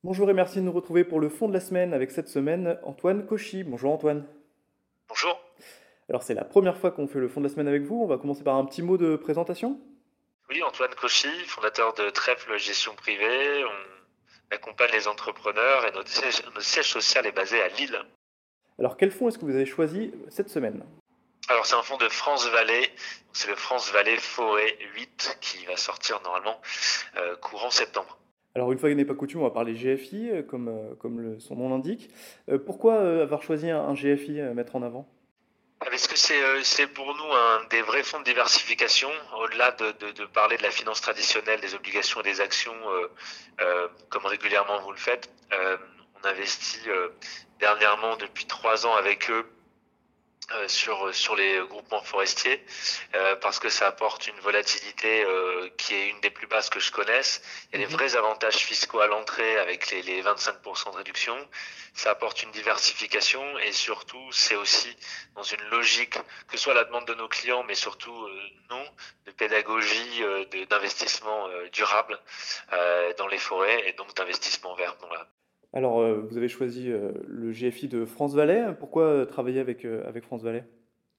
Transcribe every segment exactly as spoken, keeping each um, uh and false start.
Bonjour et merci de nous retrouver pour le fond de la semaine avec cette semaine Antoine Cauchy. Bonjour Antoine. Bonjour. Alors c'est la première fois qu'on fait le fond de la semaine avec vous. On va commencer par un petit mot de présentation. Oui, Antoine Cauchy, fondateur de Trèfle Gestion Privée. On accompagne les entrepreneurs et notre siège, notre siège social est basé à Lille. Alors quel fonds est-ce que vous avez choisi cette semaine? Alors c'est un fonds de France Valais, c'est le France Valais Forêt huit qui va sortir normalement euh, courant septembre. Alors une fois qu'il n'est pas coutume, on va parler G F I, euh, comme, euh, comme le- son nom l'indique. Euh, pourquoi euh, avoir choisi un, un G F I à mettre en avant? Parce que c'est euh, c'est pour nous un des vrais fonds de diversification, au-delà de, de, de parler de la finance traditionnelle, des obligations et des actions, euh, euh, comme régulièrement vous le faites. Euh, on investit euh, dernièrement depuis trois ans avec eux euh, sur sur les groupements forestiers euh, parce que ça apporte une volatilité euh, qui est une des plus basses que je connaisse. Il y a des Mhm. vrais avantages fiscaux à l'entrée avec les, les vingt-cinq pour cent de réduction. Ça apporte une diversification et surtout c'est aussi dans une logique que ce soit à la demande de nos clients mais surtout euh, nous de pédagogie euh, de, d'investissement euh, durable euh, dans les forêts et donc d'investissement vert. Bon, là. Alors euh, vous avez choisi euh, le G F I de France Valais. Pourquoi euh, travailler avec, euh, avec France Valais?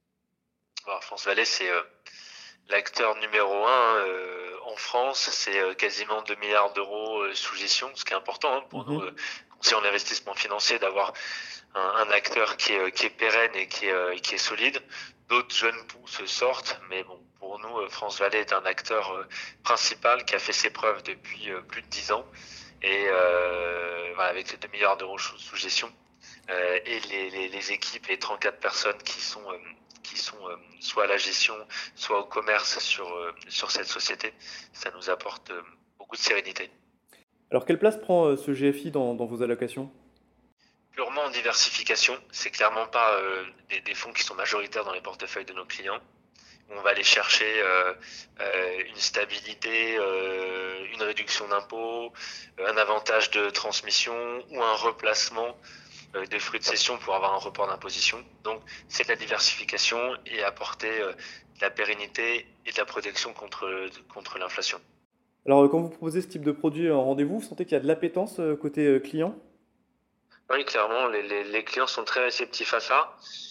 Alors, France Valais c'est euh, l'acteur numéro un euh, en France, c'est euh, quasiment deux milliards d'euros euh, sous gestion, ce qui est important hein, pour nous, Mhm. euh, conseillers en investissement financier, d'avoir un, un acteur qui est, euh, qui est pérenne et qui est, euh, qui est solide. D'autres jeunes pousses sortent, mais bon, pour nous, euh, France Valais est un acteur euh, principal qui a fait ses preuves depuis euh, plus de dix ans et euh, voilà, avec les deux milliards d'euros sous, sous gestion euh, et les, les, les équipes, les trente-quatre personnes qui sont euh, qui sont euh, soit à la gestion, soit au commerce sur euh, sur cette société, ça nous apporte euh, beaucoup de sérénité. Alors quelle place prend euh, ce G F I dans, dans vos allocations? Purement en diversification, c'est clairement pas euh, des, des fonds qui sont majoritaires dans les portefeuilles de nos clients. On va aller chercher euh, euh, une stabilité, euh, une réduction d'impôts, un avantage de transmission ou un replacement euh, des fruits de cession pour avoir un report d'imposition. Donc c'est de la diversification et apporter euh, de la pérennité et de la protection contre, contre l'inflation. Alors euh, quand vous proposez ce type de produit en rendez-vous, vous sentez qu'il y a de l'appétence euh, côté euh, client? Oui, clairement, les, les, les clients sont très réceptifs à ça.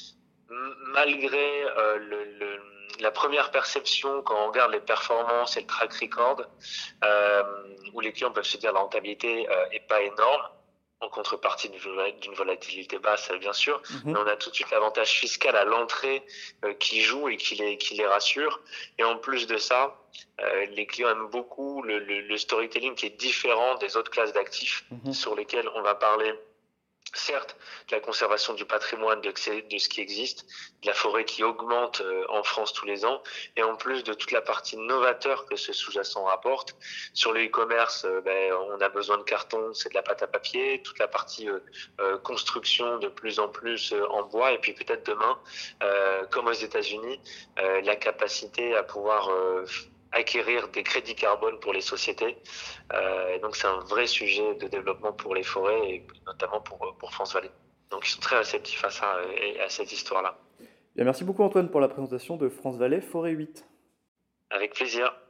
Malgré euh, le, le, la première perception quand on regarde les performances et le track record, euh, où les clients peuvent se dire la rentabilité euh, est pas énorme, en contrepartie d'une volatilité basse, bien sûr, mais on Mhm. a tout de suite l'avantage fiscal à l'entrée euh, qui joue et qui les, qui les rassure. Et en plus de ça, euh, les clients aiment beaucoup le, le, le storytelling qui est différent des autres classes d'actifs Mhm. sur lesquelles on va parler certes de la conservation du patrimoine, de, de ce qui existe, de la forêt qui augmente euh, en France tous les ans, et en plus de toute la partie novateur que ce sous-jacent rapporte. Sur le e-commerce, euh, ben, on a besoin de carton, c'est de la pâte à papier, toute la partie euh, euh, construction de plus en plus euh, en bois, et puis peut-être demain, euh, comme aux États-Unis, euh, la capacité à pouvoir euh, acquérir des crédits carbone pour les sociétés. Euh, et donc c'est un vrai sujet de développement pour les forêts et notamment pour, pour France Vallée. Donc ils sont très réceptifs à ça euh, et à cette histoire-là. Bien, merci beaucoup Antoine pour la présentation de France Valais Forêt huit. Avec plaisir.